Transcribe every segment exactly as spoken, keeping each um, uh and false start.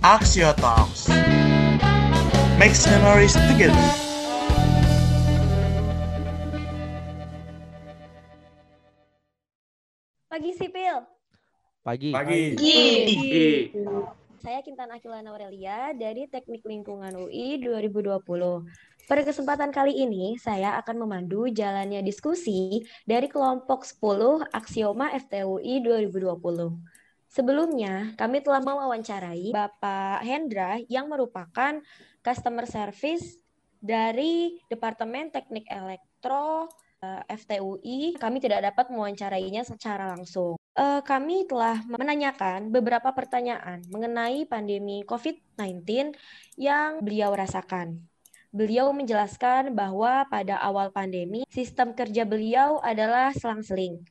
Axio Talks. Makes memories together. Pagi Sipil. Pagi. Pagi. Pagi. Saya Kintan Akilana Aurelia dari Teknik Lingkungan U I dua ribu dua puluh. Pada kesempatan kali ini, saya akan memandu jalannya diskusi dari kelompok sepuluh Aksioma F T U I dua ribu dua puluh. Sebelumnya, kami telah mewawancarai Bapak Hendra yang merupakan Customer Service dari Departemen Teknik Elektro uh, F T U I. Kami tidak dapat mewawancarainya secara langsung. Uh, kami telah menanyakan beberapa pertanyaan mengenai pandemi covid sembilan belas yang beliau rasakan. Beliau menjelaskan bahwa pada awal pandemi, sistem kerja beliau adalah selang-seling.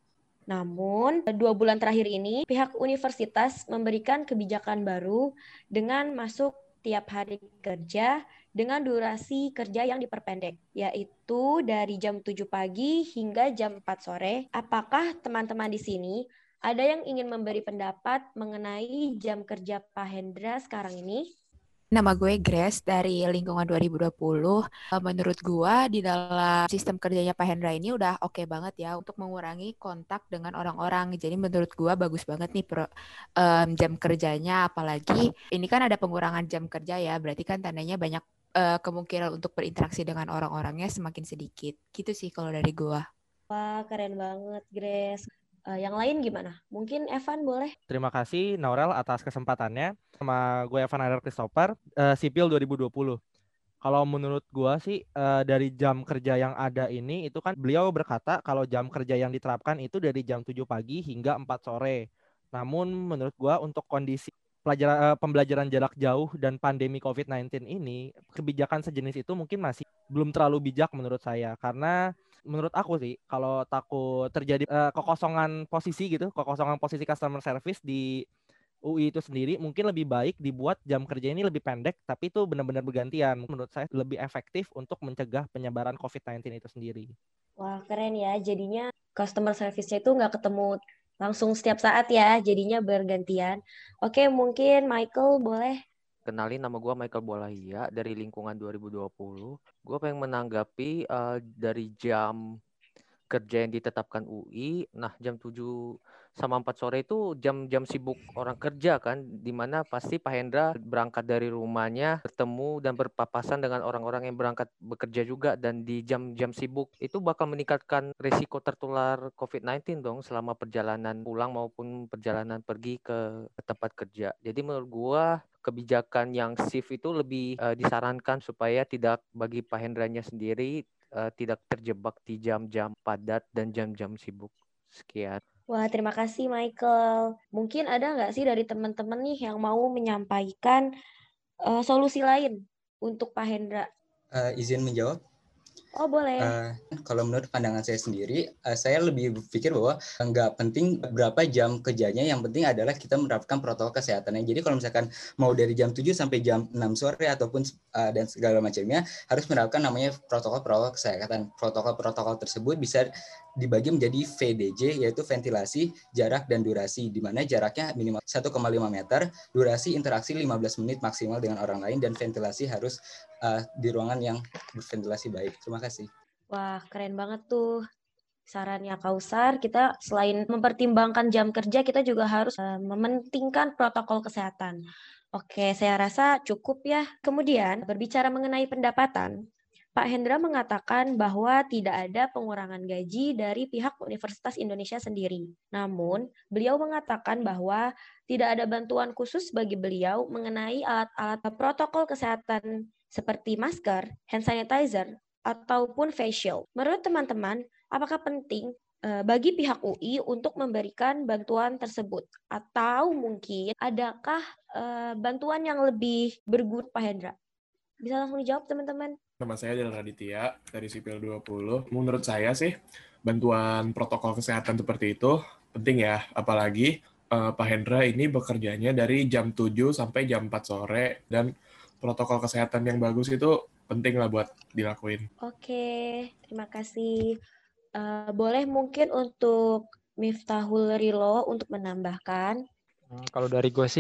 Namun, dua bulan terakhir ini, pihak universitas memberikan kebijakan baru dengan masuk tiap hari kerja dengan durasi kerja yang diperpendek, yaitu dari jam tujuh pagi hingga jam empat sore. Apakah teman-teman di sini ada yang ingin memberi pendapat mengenai jam kerja Pak Hendra sekarang ini? Nama gue Grace dari Lingkungan dua ribu dua puluh. Menurut gue di dalam sistem kerjanya Pak Hendra ini udah oke okay banget ya untuk mengurangi kontak dengan orang-orang. Jadi menurut gue bagus banget nih pro, um, jam kerjanya. Apalagi ini kan ada pengurangan jam kerja ya. Berarti kan tandanya banyak uh, kemungkinan untuk berinteraksi dengan orang-orangnya semakin sedikit. Gitu sih kalau dari gue. Wah, keren banget Grace. Uh, yang lain gimana? Mungkin Evan boleh? Terima kasih Naurel atas kesempatannya. Sama gue Evan Adar Christopher, uh, Sipil dua ribu dua puluh. Kalau menurut gue sih uh, dari jam kerja yang ada ini, itu kan beliau berkata kalau jam kerja yang diterapkan itu dari jam tujuh pagi hingga empat sore. Namun menurut gue untuk kondisi pelajaran, uh, pembelajaran jarak jauh dan pandemi covid sembilan belas ini, kebijakan sejenis itu mungkin masih belum terlalu bijak menurut saya. Karena menurut aku sih, kalau takut terjadi uh, kekosongan posisi gitu, kekosongan posisi customer service di U I itu sendiri, mungkin lebih baik dibuat jam kerja ini lebih pendek, tapi itu benar-benar bergantian. Menurut saya lebih efektif untuk mencegah penyebaran covid sembilan belas itu sendiri. Wah, keren ya. Jadinya customer service-nya itu nggak ketemu langsung setiap saat ya, jadinya bergantian. Oke, mungkin Michael boleh. Kenalin, nama gue Michael Bolahia dari Lingkungan dua ribu dua puluh. Gue pengen menanggapi uh, dari jam kerja yang ditetapkan U I. Nah, jam tujuh sama empat sore itu jam-jam sibuk orang kerja kan, dimana pasti Pak Hendra berangkat dari rumahnya, bertemu dan berpapasan dengan orang-orang yang berangkat bekerja juga, dan di jam-jam sibuk itu bakal meningkatkan risiko tertular covid sembilan belas dong selama perjalanan pulang maupun perjalanan pergi ke tempat kerja. Jadi menurut gua kebijakan yang shift itu lebih uh, disarankan supaya tidak bagi Pak Hendranya sendiri uh, tidak terjebak di jam-jam padat dan jam-jam sibuk. Sekian. Wah, terima kasih Michael. Mungkin ada nggak sih dari teman-teman nih yang mau menyampaikan uh, solusi lain untuk Pak Hendra? Uh, izin menjawab? Oh, boleh. Uh, kalau menurut pandangan saya sendiri, uh, saya lebih berpikir bahwa nggak penting berapa jam kerjanya, yang penting adalah kita menerapkan protokol kesehatannya. Jadi kalau misalkan mau dari jam tujuh sampai jam enam sore ataupun uh, dan segala macamnya, harus menerapkan namanya protokol-protokol kesehatan. Protokol-protokol tersebut bisa dibagi menjadi V D J, yaitu ventilasi, jarak, dan durasi, di mana jaraknya minimal satu koma lima meter, durasi interaksi lima belas menit maksimal dengan orang lain, dan ventilasi harus uh, di ruangan yang berventilasi baik. Terima kasih. Wah, keren banget tuh sarannya Kausar. Kita selain mempertimbangkan jam kerja, kita juga harus uh, mementingkan protokol kesehatan. Oke, saya rasa cukup ya. Kemudian, berbicara mengenai pendapatan, Pak Hendra mengatakan bahwa tidak ada pengurangan gaji dari pihak Universitas Indonesia sendiri. Namun, beliau mengatakan bahwa tidak ada bantuan khusus bagi beliau mengenai alat-alat protokol kesehatan seperti masker, hand sanitizer, ataupun face shield. Menurut teman-teman, apakah penting uh, bagi pihak U I untuk memberikan bantuan tersebut? Atau mungkin adakah uh, bantuan yang lebih berguna, Pak Hendra? Bisa langsung dijawab, teman-teman. Nama saya adalah Raditya dari Sipil dua puluh. Menurut saya sih, bantuan protokol kesehatan seperti itu penting ya. Apalagi uh, Pak Hendra ini bekerjanya dari jam tujuh sampai jam empat sore. Dan protokol kesehatan yang bagus itu penting lah buat dilakuin. Oke, terima kasih. Uh, boleh mungkin untuk Miftahul Rilo untuk menambahkan. Hmm, kalau dari gue sih,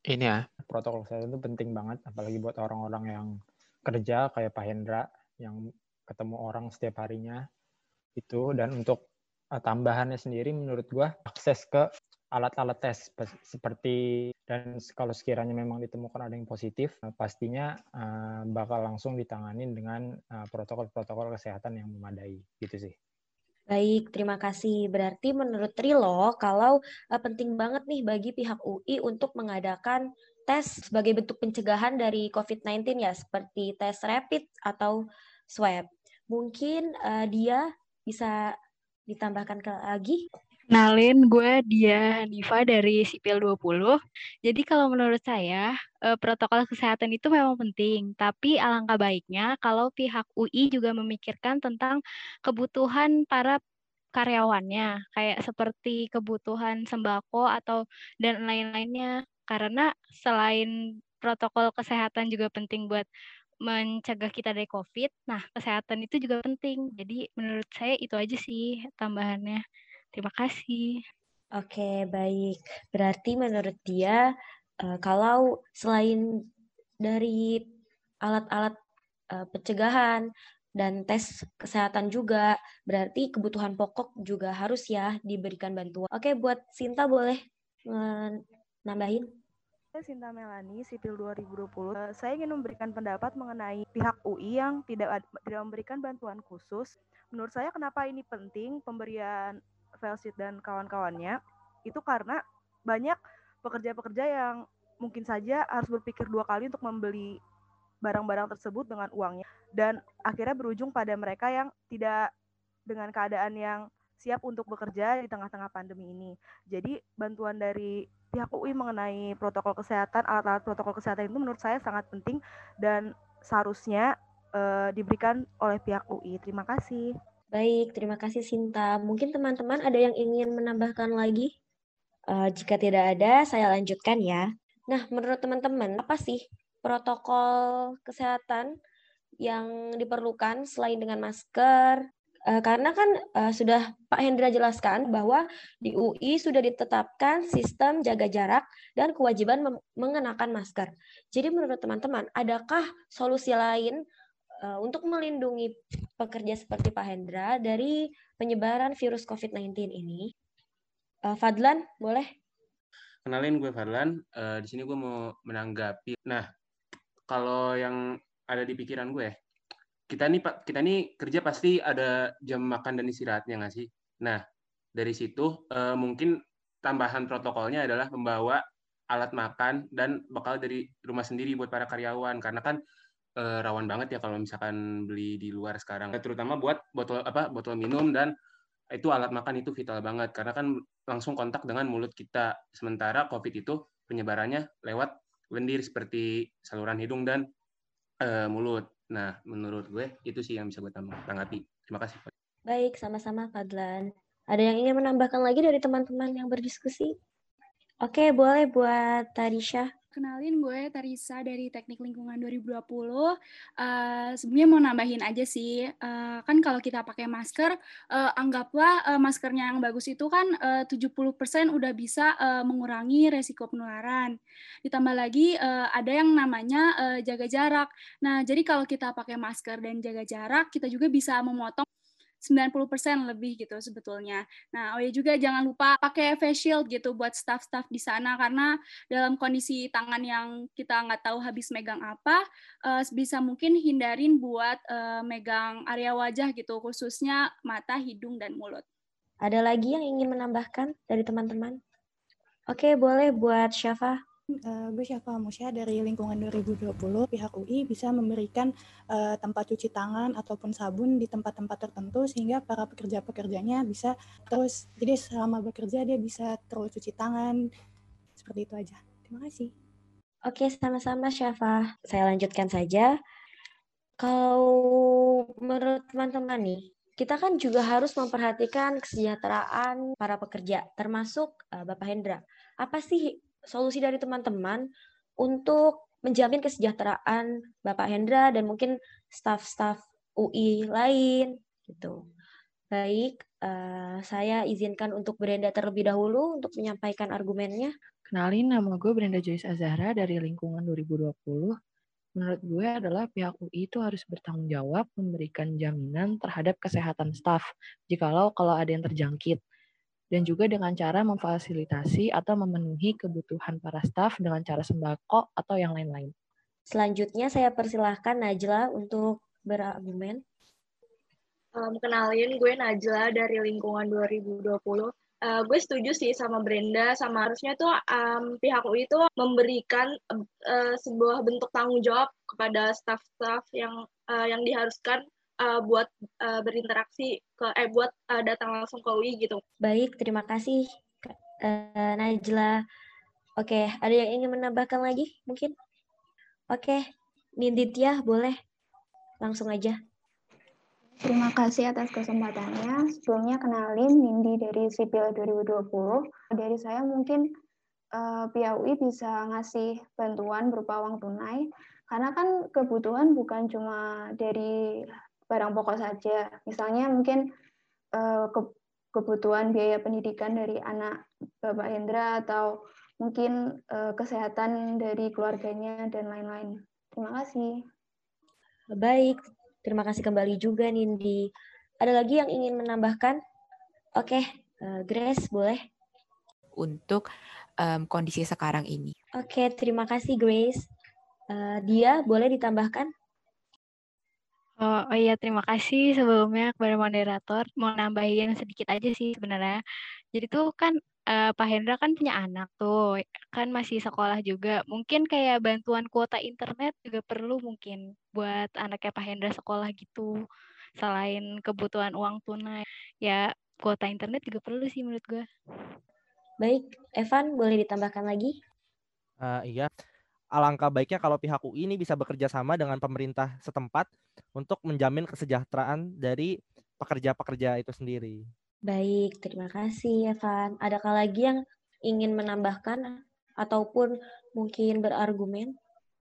Ini ya, protokol kesehatan itu penting banget, apalagi buat orang-orang yang kerja kayak Pak Hendra yang ketemu orang setiap harinya itu. Dan untuk uh, tambahannya sendiri menurut gua akses ke alat-alat tes seperti, dan kalau sekiranya memang ditemukan ada yang positif, pastinya uh, bakal langsung ditanganin dengan uh, protokol-protokol kesehatan yang memadai gitu sih. Baik, terima kasih. Berarti menurut Trilo, kalau uh, penting banget nih bagi pihak U I untuk mengadakan tes sebagai bentuk pencegahan dari covid sembilan belas ya, seperti tes rapid atau swab. Mungkin uh, dia bisa ditambahkan ke lagi? Kenalin, gue Dia Hanifa dari Sipil dua puluh. Jadi kalau menurut saya, protokol kesehatan itu memang penting, tapi alangkah baiknya kalau pihak U I juga memikirkan tentang kebutuhan para karyawannya, kayak seperti kebutuhan sembako atau dan lain-lainnya. Karena selain protokol kesehatan juga penting buat mencegah kita dari COVID, nah kesehatan itu juga penting. Jadi menurut saya itu aja sih tambahannya. Terima kasih. Oke, baik. Berarti menurut dia, uh, kalau selain dari alat-alat uh, pencegahan dan tes kesehatan juga, berarti kebutuhan pokok juga harus ya diberikan bantuan. Oke, buat Sinta boleh uh, nambahin? Saya Sinta Melani, Sipil dua ribu dua puluh. Uh, saya ingin memberikan pendapat mengenai pihak U I yang tidak tidak memberikan bantuan khusus. Menurut saya kenapa ini penting pemberian Velsit dan kawan-kawannya, itu karena banyak pekerja-pekerja yang mungkin saja harus berpikir dua kali untuk membeli barang-barang tersebut dengan uangnya, dan akhirnya berujung pada mereka yang tidak dengan keadaan yang siap untuk bekerja di tengah-tengah pandemi ini. Jadi bantuan dari pihak U I mengenai protokol kesehatan, alat-alat protokol kesehatan itu menurut saya sangat penting dan seharusnya uh, diberikan oleh pihak U I. Terima kasih. Baik, terima kasih Sinta. Mungkin teman-teman ada yang ingin menambahkan lagi? Uh, jika tidak ada, saya lanjutkan ya. Nah, menurut teman-teman, apa sih protokol kesehatan yang diperlukan selain dengan masker? Uh, karena kan uh, sudah Pak Hendra jelaskan bahwa di U I sudah ditetapkan sistem jaga jarak dan kewajiban mengenakan masker. Jadi menurut teman-teman, adakah solusi lain uh, untuk melindungi pekerja seperti Pak Hendra dari penyebaran virus covid sembilan belas ini? Uh, Fadlan, boleh? Kenalin, gue Fadlan. Uh, di sini gue mau menanggapi. Nah, kalau yang ada di pikiran gue, kita nih Pak, kita nih kerja pasti ada jam makan dan istirahatnya nggak sih? Nah, dari situ uh, mungkin tambahan protokolnya adalah membawa alat makan dan bekal dari rumah sendiri buat para karyawan, karena kan Uh, rawan banget ya kalau misalkan beli di luar sekarang, terutama buat botol apa botol minum, dan itu alat makan itu vital banget karena kan langsung kontak dengan mulut kita, sementara COVID itu penyebarannya lewat lendir seperti saluran hidung dan uh, mulut. Nah, menurut gue itu sih yang bisa gue tanggapi. Terima kasih. Baik, sama-sama Fadlan. Ada yang ingin menambahkan lagi dari teman-teman yang berdiskusi? Oke, boleh buat Tarisha. Kenalin, gue Tarisa dari Teknik Lingkungan dua ribu dua puluh. Uh, sebelumnya mau nambahin aja sih, uh, kan kalau kita pakai masker, uh, anggaplah uh, maskernya yang bagus itu kan uh, tujuh puluh persen udah bisa uh, mengurangi resiko penularan. Ditambah lagi uh, ada yang namanya uh, jaga jarak. Nah, jadi kalau kita pakai masker dan jaga jarak, kita juga bisa memotong sembilan puluh persen lebih gitu sebetulnya. Nah, oh ya juga jangan lupa pakai face shield gitu buat staff-staff di sana, karena dalam kondisi tangan yang kita nggak tahu habis megang apa, uh, bisa mungkin hindarin buat uh, megang area wajah gitu, khususnya mata, hidung, dan mulut. Ada lagi yang ingin menambahkan dari teman-teman? Oke, boleh buat Syafa. Uh, gue Syafa Musya dari Lingkungan dua ribu dua puluh. Pihak U I bisa memberikan uh, tempat cuci tangan ataupun sabun di tempat-tempat tertentu sehingga para pekerja-pekerjanya bisa terus, jadi selama bekerja dia bisa terus cuci tangan. Seperti itu aja. Terima kasih. Oke, sama-sama Syafa. Saya lanjutkan saja. Kalau menurut teman-teman nih, kita kan juga harus memperhatikan kesejahteraan para pekerja, termasuk uh, Bapak Hendra. Apa sih solusi dari teman-teman untuk menjamin kesejahteraan Bapak Hendra dan mungkin staf-staf U I lain gitu? Baik, uh, saya izinkan untuk Brenda terlebih dahulu untuk menyampaikan argumennya. Kenalin, nama gue Brenda Joyce Azahra dari Lingkungan dua ribu dua puluh. Menurut gue adalah pihak U I itu harus bertanggung jawab memberikan jaminan terhadap kesehatan staf jikalau kalau ada yang terjangkit. Dan juga dengan cara memfasilitasi atau memenuhi kebutuhan para staf dengan cara sembako atau yang lain-lain. Selanjutnya saya persilahkan Najla untuk berargumen. Um, kenalin, gue Najla dari Lingkungan dua ribu dua puluh. Uh, gue setuju sih sama Brenda, sama harusnya tuh um, pihak U I itu memberikan uh, sebuah bentuk tanggung jawab kepada staf-staf yang uh, yang diharuskan uh, buat uh, berinteraksi ke eh buat uh, datang langsung ke U I gitu. Baik, terima kasih uh, Najla. Oke, ada yang ingin menambahkan lagi mungkin? Oke, Ninditya boleh langsung aja. Terima kasih atas kesempatannya. Sebelumnya kenalin Nindi dari Sipil dua ribu dua puluh. Dari saya mungkin uh, pihak U I bisa ngasih bantuan berupa uang tunai, karena kan kebutuhan bukan cuma dari barang pokok saja. Misalnya mungkin uh, ke, kebutuhan biaya pendidikan dari anak Bapak Hendra atau mungkin uh, kesehatan dari keluarganya dan lain-lain. Terima kasih. Baik. Terima kasih kembali juga, Nindi. Ada lagi yang ingin menambahkan? Oke, uh, Grace, boleh? Untuk um, kondisi sekarang ini. Oke, terima kasih, Grace. Uh, Dia, boleh ditambahkan? Oh, oh iya, terima kasih sebelumnya kepada moderator. Mau nambahin sedikit aja sih sebenarnya. Jadi tuh kan uh, Pak Hendra kan punya anak tuh, kan masih sekolah juga. Mungkin kayak bantuan kuota internet juga perlu mungkin buat anaknya Pak Hendra sekolah gitu. Selain kebutuhan uang tunai, ya kuota internet juga perlu sih menurut gue. Baik, Evan boleh ditambahkan lagi? Uh, iya. Alangkah baiknya kalau pihak U I ini bisa bekerja sama dengan pemerintah setempat untuk menjamin kesejahteraan dari pekerja-pekerja itu sendiri. Baik, terima kasih Evan. Adakah lagi yang ingin menambahkan ataupun mungkin berargumen?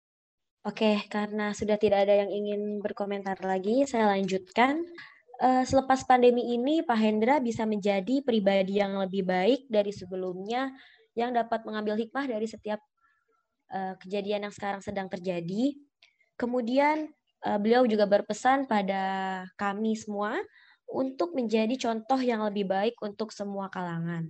Oke, karena sudah tidak ada yang ingin berkomentar lagi, saya lanjutkan. Selepas pandemi ini, Pak Hendra bisa menjadi pribadi yang lebih baik dari sebelumnya, yang dapat mengambil hikmah dari setiap Uh, kejadian yang sekarang sedang terjadi. Kemudian uh, beliau juga berpesan pada kami semua untuk menjadi contoh yang lebih baik untuk semua kalangan.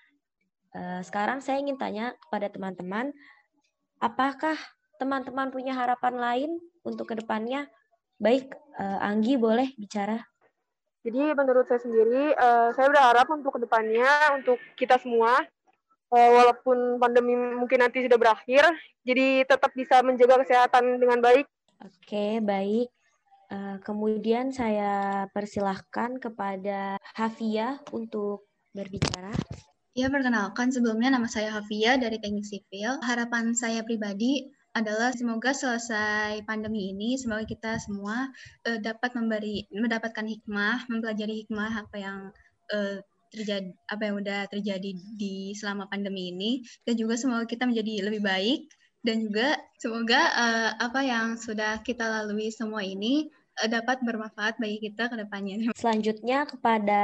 Uh, sekarang saya ingin tanya kepada teman-teman, apakah teman-teman punya harapan lain untuk kedepannya? Baik, uh, Anggi boleh bicara. Jadi menurut saya sendiri, uh, saya berharap untuk kedepannya untuk kita semua, Uh, walaupun pandemi mungkin nanti sudah berakhir, jadi tetap bisa menjaga kesehatan dengan baik. Oke, baik. Uh, kemudian saya persilahkan kepada Hafia untuk berbicara. Ya, perkenalkan sebelumnya nama saya Hafia dari Teknik Sipil. Harapan saya pribadi adalah semoga selesai pandemi ini, semoga kita semua uh, dapat memberi, mendapatkan hikmah, mempelajari hikmah apa yang uh, terjadi apa yang udah terjadi di selama pandemi ini, dan juga semoga kita menjadi lebih baik, dan juga semoga uh, apa yang sudah kita lalui semua ini uh, dapat bermanfaat bagi kita ke depannya. Selanjutnya kepada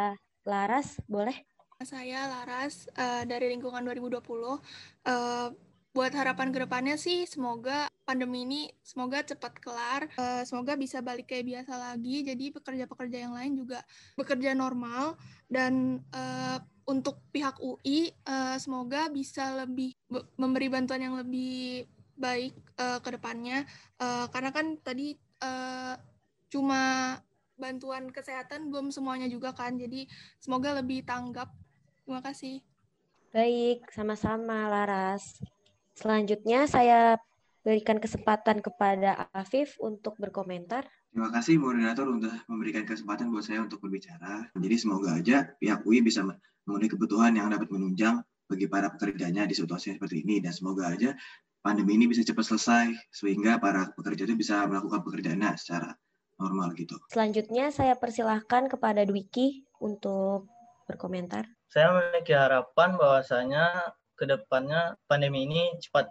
Laras, boleh? Saya Laras uh, dari Lingkungan dua ribu dua puluh. Uh, buat harapan ke depannya sih semoga pandemi ini semoga cepat kelar, uh, semoga bisa balik kayak biasa lagi, jadi pekerja-pekerja yang lain juga bekerja normal, dan uh, untuk pihak U I uh, semoga bisa lebih be- memberi bantuan yang lebih baik uh, ke depannya, uh, karena kan tadi uh, cuma bantuan kesehatan belum semuanya juga kan, jadi semoga lebih tanggap. Terima kasih. Baik, sama-sama Laras. Selanjutnya saya berikan kesempatan kepada Afif untuk berkomentar. Terima kasih moderator untuk memberikan kesempatan buat saya untuk berbicara. Jadi semoga aja pihak U I bisa memenuhi kebutuhan yang dapat menunjang bagi para pekerjanya di situasi seperti ini. Dan semoga aja pandemi ini bisa cepat selesai sehingga para pekerja itu bisa melakukan pekerjaannya secara normal gitu. Selanjutnya saya persilahkan kepada Dwiki untuk berkomentar. Saya memiliki harapan bahwasanya ke depannya pandemi ini cepat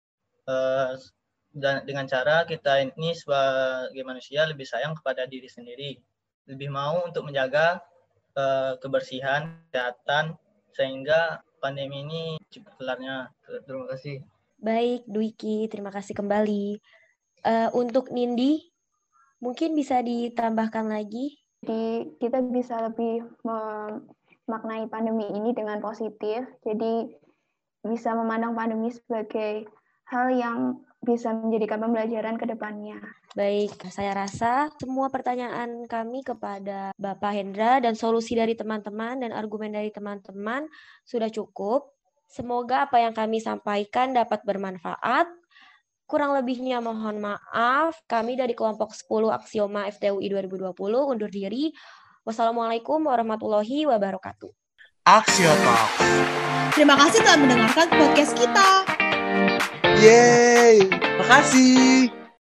uh, dan dengan cara kita ini sebagai manusia lebih sayang kepada diri sendiri. lebih mau untuk menjaga uh, kebersihan, kesehatan, sehingga pandemi ini cepat kelarnya. Terima kasih. Baik, Dwiki, terima kasih kembali. Uh, untuk Nindi, mungkin bisa ditambahkan lagi? Jadi kita bisa lebih memaknai pandemi ini dengan positif. Jadi bisa memandang pandemi sebagai hal yang bisa menjadikan pembelajaran ke depannya. Baik, saya rasa semua pertanyaan kami kepada Bapak Hendra dan solusi dari teman-teman dan argumen dari teman-teman sudah cukup. Semoga apa yang kami sampaikan dapat bermanfaat. Kurang lebihnya mohon maaf. Kami dari kelompok sepuluh Aksioma F T U I dua ribu dua puluh undur diri. Wassalamualaikum warahmatullahi wabarakatuh. Aksio Talk. Terima kasih telah mendengarkan podcast kita. Yeay, makasih.